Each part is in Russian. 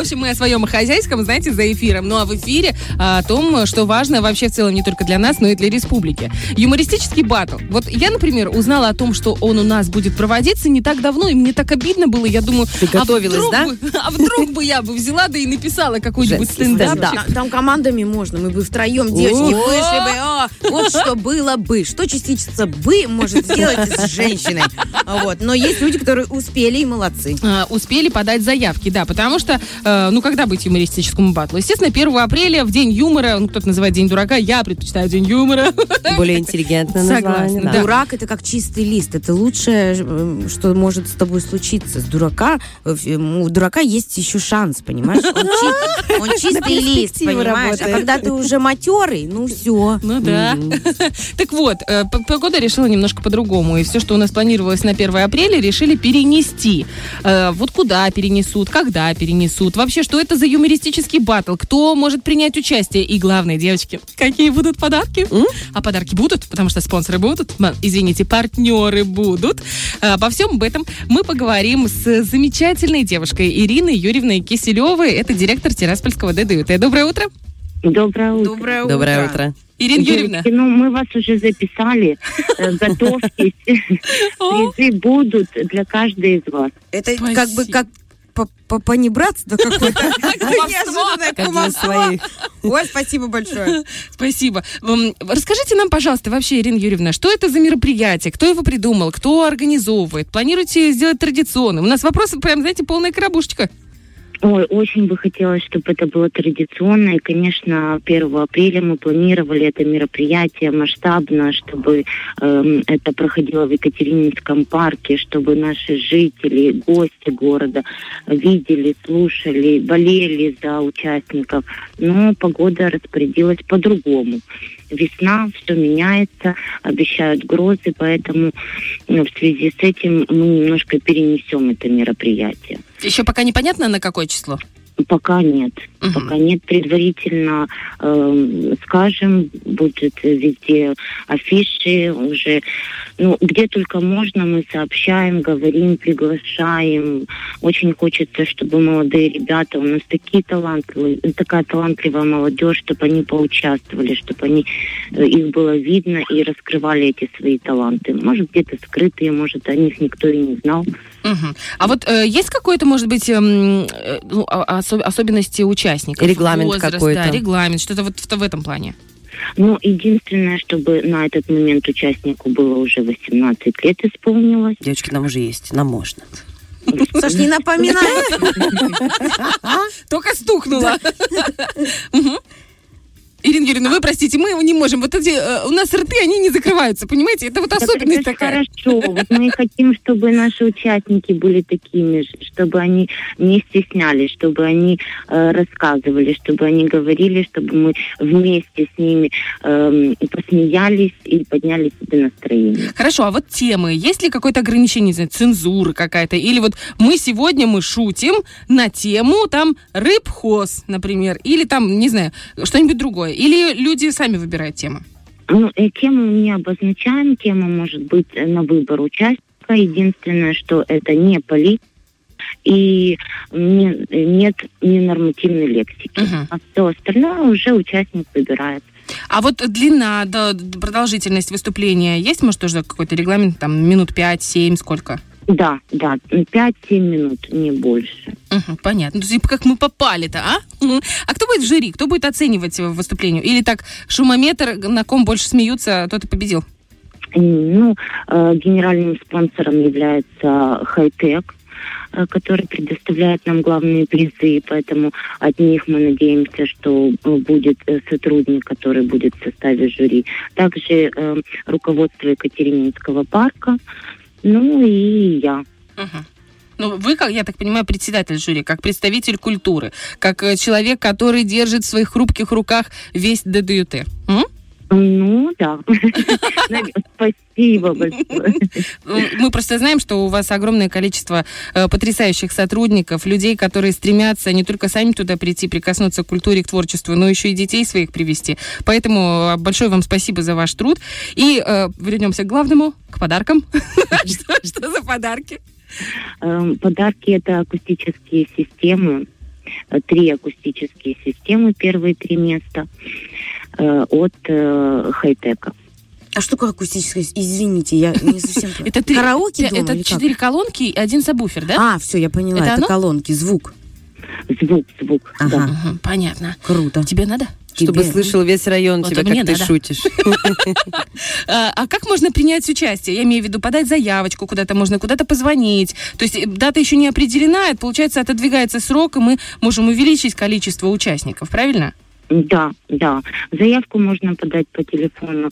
В общем, мы о своем хозяйском, знаете, за эфиром. Ну а в эфире о том, что важно вообще в целом не только для нас, но и для республики. Юмористический баттл. Вот я, например, узнала о том, что он у нас будет проводиться не так давно, и мне так обидно было. Я думаю, ты готовилась, да? Вдруг бы я бы взяла, да и написала какой-нибудь стендап. Там командами можно, мы бы втроем, девочки, вышли бы. Вот что было бы. Что частица «бы» может сделать с женщиной. Вот. Но есть люди, которые успели и молодцы. Успели подать заявки, да, потому что, когда быть юмористическому баттлу? Естественно, 1 апреля, в День юмора, кто-то называет День дурака, я предпочитаю День юмора. Более интеллигентное название. Согласна, да. Дурак — это как чистый лист. Это лучшее, что может с тобой случиться. У дурака есть еще шанс, понимаешь? Он чистый лист, понимаешь? А когда ты уже матерый, все. Ну да. Так вот, погода решила немножко по-другому. И все, что у нас планировалось на 1 апреля, решили перенести. Вот куда перенесут, когда перенесут. Вообще, что это за юмористический баттл? Кто может принять участие? И главное, девочки, какие будут подарки? А подарки будут, потому что спонсоры будут. Извините, партнеры будут. Обо всем об этом мы поговорим с замечательной девушкой Ириной Юрьевной Киселевой. Это директор Тираспольского ДДЮТ. Доброе утро. Доброе утро. Доброе утро. Ирина Юрьевна. Мы вас уже записали. Готовьтесь. Призы будут для каждой из вас. Это как бы как понебратство какое-то. Неожиданное кумовство. Ой, спасибо большое. Спасибо. Расскажите нам, пожалуйста, вообще, Ирина Юрьевна, что это за мероприятие? Кто его придумал? Кто организовывает? Планируете сделать традиционным? У нас вопросы прям, знаете, полная коробушечка. Ой, очень бы хотелось, чтобы это было традиционно. И, конечно, 1 апреля мы планировали это мероприятие масштабно, чтобы это проходило в Екатерининском парке, чтобы наши жители, гости города видели, слушали, болели за участников. Но погода распорядилась по-другому. Весна, все меняется, обещают грозы, поэтому в связи с этим мы немножко перенесем это мероприятие. Еще пока непонятно, на какое число? Пока нет. Пока нет. Предварительно скажем, будет везде афиши уже. Где только можно, мы сообщаем, говорим, приглашаем. Очень хочется, чтобы молодые ребята, у нас такая талантливая молодежь, чтобы они поучаствовали, чтобы их было видно и раскрывали эти свои таланты. Может, где-то скрытые, может, о них никто и не знал. А вот есть какой-то, может быть, особенности участников? Регламент возраст, какой-то. Да, регламент, что-то вот в этом плане. Единственное, чтобы на этот момент участнику было уже 18 лет исполнилось. Девочки, нам уже есть, нам можно. Саш, не напоминай. Только стукнула. Ирина Юрьевна, вы простите, мы не можем. Вот эти у нас рты, они не закрываются, понимаете? Это вот особенность это такая. Хорошо. Вот мы хотим, чтобы наши участники были такими же, чтобы они не стеснялись, чтобы они рассказывали, чтобы они говорили, чтобы мы вместе с ними посмеялись и подняли себе настроение. Хорошо, а вот темы, есть ли какое-то ограничение, не знаю, цензуры какая-то? Или вот мы шутим на тему там рыбхоз, например, или там, не знаю, что-нибудь другое. Или люди сами выбирают тему? Тему мы не обозначаем. Тема может быть на выбор участника. Единственное, что это не политика и нет ненормативной лексики. А все остальное уже участник выбирает. А вот длина, продолжительность выступления есть, может, тоже какой-то регламент, там, минут 5-7, сколько? Да, 5-7 минут, не больше. Понятно. То есть как мы попали-то, а? А кто будет в жюри? Кто будет оценивать выступление? Или так, шумометр, на ком больше смеются, тот и победил? Генеральным спонсором является Хай-Тек, который предоставляет нам главные призы, поэтому от них мы надеемся, что будет сотрудник, который будет в составе жюри. Также руководство Екатерининского парка, и я. Вы, как я так понимаю, председатель жюри, как представитель культуры, как человек, который держит в своих хрупких руках весь ДДЮТ. Да. Спасибо большое. Мы просто знаем, что у вас огромное количество потрясающих сотрудников, людей, которые стремятся не только сами туда прийти, прикоснуться к культуре, к творчеству, но еще и детей своих привести. Поэтому большое вам спасибо за ваш труд. И вернемся к главному, к подаркам. Что за подарки? Подарки — это акустические системы 3 акустические системы, первые 3 места от Хай-Тека. А что такое акустическое? Извините, я не совсем... Это караоке дома это или 4 колонки и 1 сабвуфер, да? Все, я поняла. Это колонки, звук. Звук, ага. да. Угу, понятно. Круто. Тебе надо? Чтобы слышал весь район тебя, как ты шутишь. А как можно принять участие? Я имею в виду подать заявочку куда-то, можно куда-то позвонить. То есть дата еще не определена, получается, отодвигается срок, и мы можем увеличить количество участников, правильно? Да. Заявку можно подать по телефону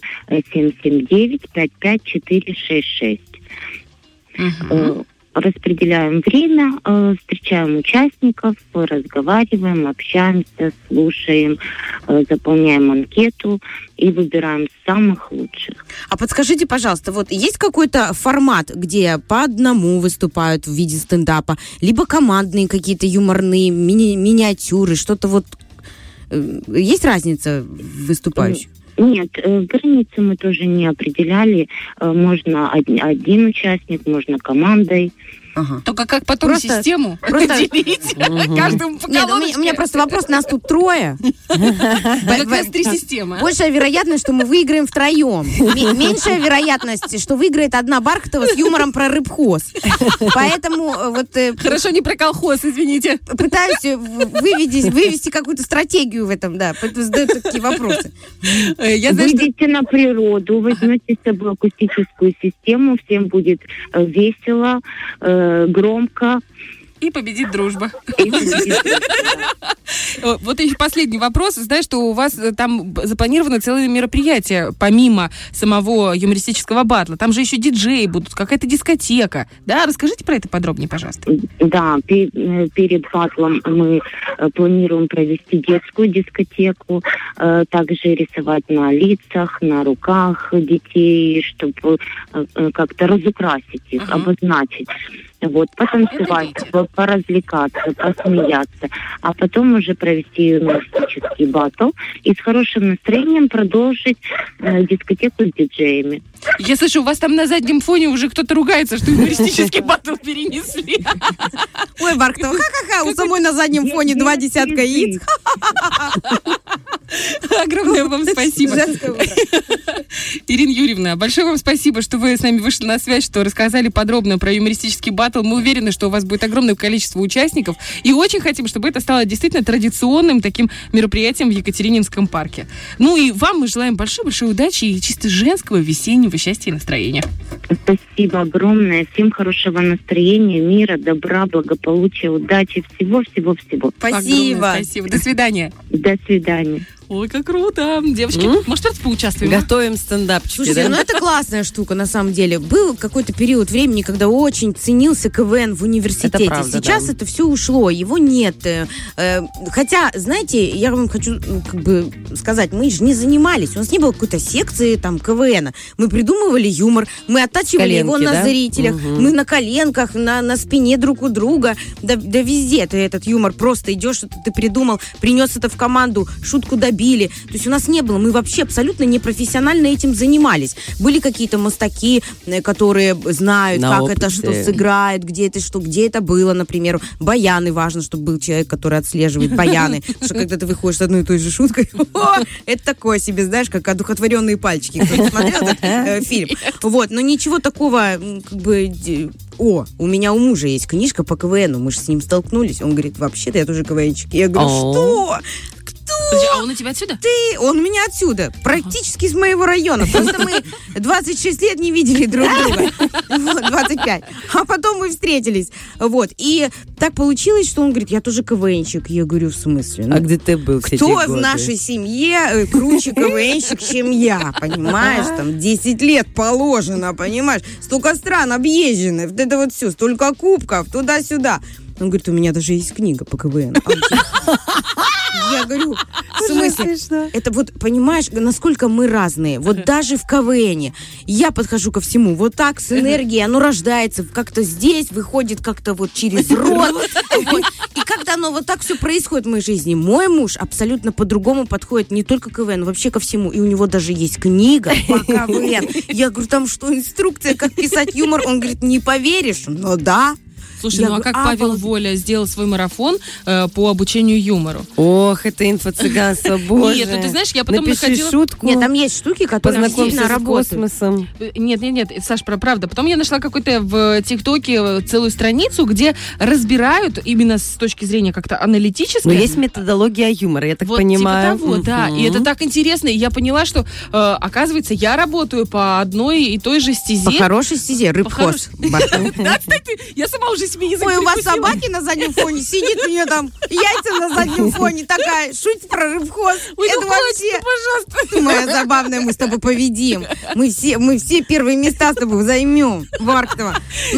779-55466. Угу. Распределяем время, встречаем участников, разговариваем, общаемся, слушаем, заполняем анкету и выбираем самых лучших. А подскажите, пожалуйста, вот есть какой-то формат, где по одному выступают в виде стендапа, либо командные какие-то юморные миниатюры, что-то вот... Есть разница в выступающих? Нет, границы мы тоже не определяли. Можно один участник, можно командой. Ага. Только как потом систему делить каждому по колоночке? У меня просто вопрос, нас тут 3. Как раз 3 системы. Большая вероятность, что мы выиграем втроем. Меньшая вероятность, что выиграет одна Бархатова с юмором про рыбхоз. Поэтому вот... Хорошо, не про колхоз, извините. Пытаюсь вывести какую-то стратегию в этом, да. Поэтому задают такие вопросы. Выйдите на природу, возьмете с собой акустическую систему, всем будет весело, громко. И победит дружба. Вот еще последний вопрос. Знаешь, что у вас там запланировано целое мероприятие, помимо самого юмористического батла. Там же еще диджеи будут, какая-то дискотека. Да, расскажите про это подробнее, пожалуйста. Да, перед батлом мы планируем провести детскую дискотеку, также рисовать на лицах, на руках детей, чтобы как-то разукрасить их, обозначить. Вот, потанцевать, поразвлекаться, посмеяться, а потом уже провести юмористический батл и с хорошим настроением продолжить дискотеку с диджеями. Я слышу, у вас там на заднем фоне уже кто-то ругается, что юмористический батл перенесли. Ой, Бархатова, ха-ха-ха, у самой на заднем фоне 2 десятка яиц. Огромное вам спасибо. Ирина Юрьевна, большое вам спасибо, что вы с нами вышли на связь, что рассказали подробно про юмористический батл. Мы уверены, что у вас будет огромное количество участников. И очень хотим, чтобы это стало действительно традиционным таким мероприятием в Екатерининском парке. Ну и вам мы желаем большой-большой удачи и чисто женского весеннего счастья и настроения. Спасибо огромное. Всем хорошего настроения, мира, добра, благополучия, удачи, всего-всего-всего. Спасибо. Огромное спасибо. До свидания. До свидания. Ой, как круто. Девочки, может, раз поучаствуем? Готовим стендапчики, Слушайте, да? ну это классная штука, на самом деле. Был какой-то период времени, когда очень ценился КВН в университете. Это правда, сейчас да. это все ушло, его нет. Хотя, знаете, я вам хочу сказать, мы же не занимались. У нас не было какой-то секции там КВНа. Мы придумывали юмор, мы оттачивали его на зрителях, мы на коленках, на спине друг у друга. Да везде ты этот юмор просто идешь, что ты придумал, принес это в команду, шутку добил. То есть у нас не было, мы вообще абсолютно непрофессионально этим занимались. Были какие-то мастаки, которые знают, на как опыте. это что сыграет, где это было, например. Баяны, важно, чтобы был человек, который отслеживает баяны. Потому что когда ты выходишь с одной и той же шуткой, это такое себе, знаешь, как одухотворенные пальчики. Кто-то смотрел этот фильм? Вот, но ничего такого, у меня у мужа есть книжка по КВНу, мы же с ним столкнулись. Он говорит, вообще-то я тоже КВНчик. Я говорю, что? Подожди, а он у тебя отсюда? Он у меня отсюда, практически из моего района. Просто мы 26 лет не видели друг друга. 25. А потом мы встретились. Вот. И так получилось, что он говорит, я тоже КВНчик. Я говорю, в смысле? А где ты был все эти Кто годы? в нашей семье круче КВНчик, чем я? Понимаешь? Там 10 лет положено, понимаешь? Столько стран объезжено. Вот это вот все, столько кубков, туда-сюда. Он говорит, у меня даже есть книга по КВН. Я говорю, в смысле? Это вот, понимаешь, насколько мы разные. Вот даже в КВНе я подхожу ко всему. Вот так, с энергией, оно рождается как-то здесь, выходит как-то вот через рот. Вот. И как-то оно вот так все происходит в моей жизни. Мой муж абсолютно по-другому подходит не только к КВН, вообще ко всему. И у него даже есть книга по КВН. Я говорю, там что, инструкция, как писать юмор? Он говорит, не поверишь? Ну да. Слушай, ну а как Павел Воля сделал свой марафон по обучению юмору? Ох, это инфо-цыганство, боже. Нет, ну ты знаешь, я потом находила... шутку. Нет, там есть штуки, которые действительно работают. С космосом. Нет, Саш, правда. Потом я нашла какой-то в ТикТоке целую страницу, где разбирают именно с точки зрения как-то аналитической. Но есть методология юмора, я так вот, понимаю. Типа того, да. И это так интересно. И я поняла, что, оказывается, я работаю по одной и той же стезе. По хорошей стезе, рыбхоз. Да, кстати, я сама уже себе язык Ой, у вас прикусила. собаки на заднем фоне сидит, у нее там яйца на заднем фоне такая, шутит про рыбхоз. Ой, Это ну, вообще... пожалуйста. Ты моя забавная, мы с тобой победим. Мы все первые места с тобой займем в Арктово.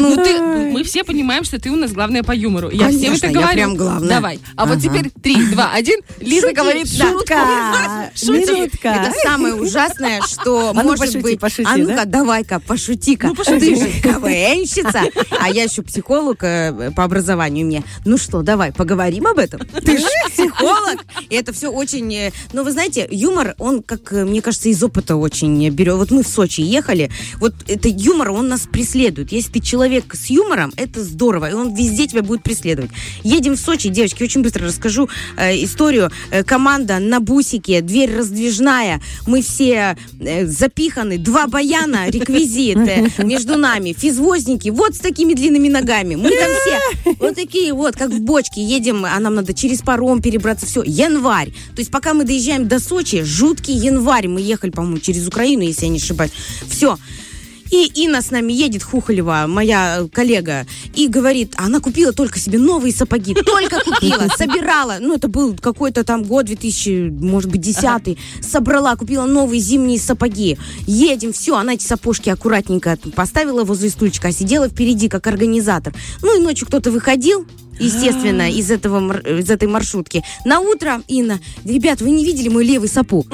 Мы все понимаем, что ты у нас главная по юмору. Я всем это Конечно, говорю. я прям главная. Давай. А вот теперь 3, 2, 1. Лиза говорит Шутка. Шути. Минутка. Это самое ужасное, что ну, может пошути, быть... пошути, А ну-ка, да? давай-ка, пошути-ка. Ты же КВНщица, а я еще психолог по образованию мне. Ну что, давай, поговорим об этом? Ты же психолог. И это все очень... Ну, вы знаете, юмор, он, как мне кажется, из опыта очень берет. Вот мы в Сочи ехали, вот это юмор, он нас преследует. Если ты человек с юмором, это здорово, и он везде тебя будет преследовать. Едем в Сочи, девочки, очень быстро расскажу историю. Команда на бусике, дверь раздвижная, мы все запиханы, 2 баяна, реквизит между нами, физвозники, вот с такими длинными ногами. Мы там все вот такие вот, как в бочке, едем, а нам надо через паром перебраться, все, январь. То есть пока мы доезжаем до Сочи, жуткий январь, мы ехали, по-моему, через Украину, если я не ошибаюсь. Все. И Инна с нами едет, Хухолева, моя коллега, и говорит, она купила только себе новые сапоги, только купила, собирала, ну, это был какой-то там год, 2000, может быть, 10-й, собрала, купила новые зимние сапоги, едем, все, она эти сапожки аккуратненько поставила возле стульчика, а сидела впереди, как организатор. Ну, и ночью кто-то выходил, естественно, из этой маршрутки. На утро, Инна, ребят, вы не видели мой левый сапог?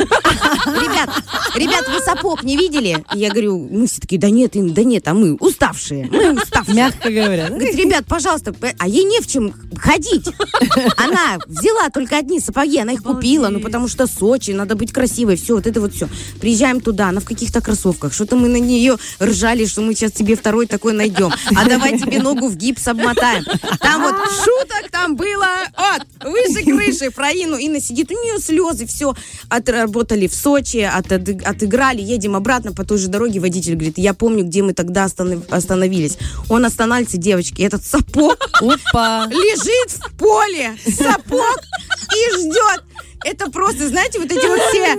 Ребят, вы сапог не видели? Я говорю, мы все такие, да нет, Инна, да нет, а мы уставшие. Мягко говоря. Говорит, ребят, пожалуйста, а ей не в чем ходить. Она взяла только одни сапоги, она их купила, ну потому что Сочи, надо быть красивой, все, вот это вот все. Приезжаем туда, она в каких-то кроссовках, что-то мы на нее ржали, что мы сейчас тебе второй такой найдем. А давай тебе ногу в гипс обмотаем. Там вот шуток там было от выше крыши про Инну. Инна сидит, у нее слезы, все. Отработали в Сочи, отыграли, едем обратно по той же дороге. Водитель говорит, я помню, где мы тогда остановились. Он останавливается, девочки, этот сапог лежит в поле. Сапог и ждет. Это просто, знаете, вот эти вот все...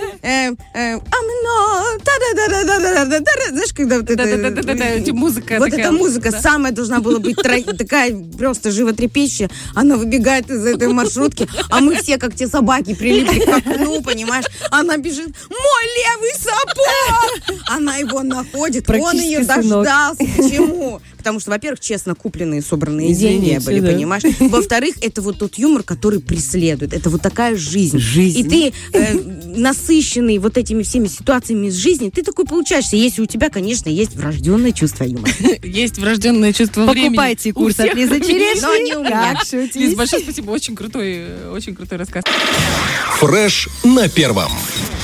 Знаешь, когда вот это... Музыка вот такая. эта музыка самая должна была быть такая просто животрепещущая. Она выбегает из этой маршрутки, а мы все, как те собаки, прилипли к окну, понимаешь? Она бежит, мой левый сапог! Она его находит, он ее дождался. Почему? Потому что, во-первых, честно купленные, собранные деньги были, понимаешь? Во-вторых, это вот тот юмор, который преследует. Это вот такая жизнь. И ты, насыщенный вот этими всеми ситуациями из жизни, ты такой получаешься, если у тебя, конечно, есть врожденное чувство юмора. Есть врожденное чувство времени. Покупайте курс от Лизы Черешни. Но не у меня. Лиз, большое спасибо, очень крутой рассказ. Фреш на первом.